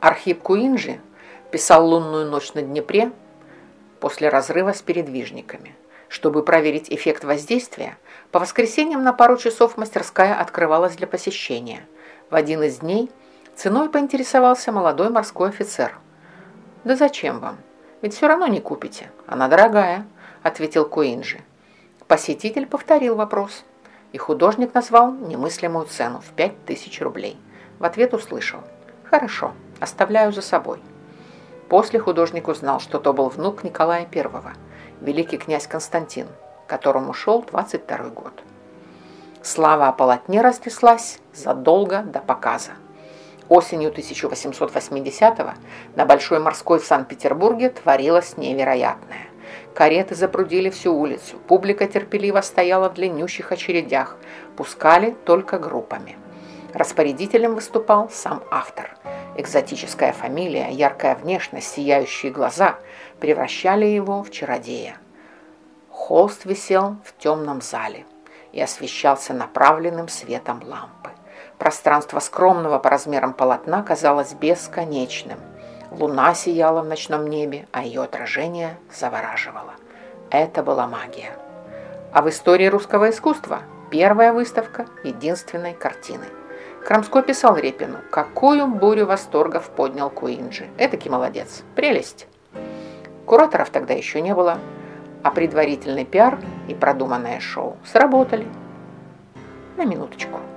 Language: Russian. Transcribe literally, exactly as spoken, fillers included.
Архип Куинджи писал «Лунную ночь на Днепре» после разрыва с передвижниками. Чтобы проверить эффект воздействия, по воскресеньям на пару часов мастерская открывалась для посещения. В один из дней ценой поинтересовался молодой морской офицер. «Да зачем вам? Ведь все равно не купите. Она дорогая», — ответил Куинджи. Посетитель повторил вопрос, и художник назвал немыслимую цену в пять тысяч рублей. В ответ услышал: «Хорошо, оставляю за собой». После художник узнал, что то был внук Николая Первого, великий князь Константин, которому шел двадцать второй год. Слава о полотне разнеслась задолго до показа. Осенью тысяча восемьсот восьмидесятого на Большой морской в Санкт-Петербурге творилось невероятное. Кареты запрудили всю улицу, публика терпеливо стояла в длиннющих очередях, пускали только группами. Распорядителем выступал сам автор. Экзотическая фамилия, яркая внешность, сияющие глаза превращали его в чародея. Холст висел в темном зале и освещался направленным светом лампы. Пространство скромного по размерам полотна казалось бесконечным. Луна сияла в ночном небе, а ее отражение завораживало. Это была магия. А в истории русского искусства первая выставка единственной картины. Крамской писал Репину: «Какую бурю восторгов поднял Куинджи! Этакий молодец! Прелесть!» Кураторов тогда еще не было, а предварительный пиар и продуманное шоу сработали. На минуточку.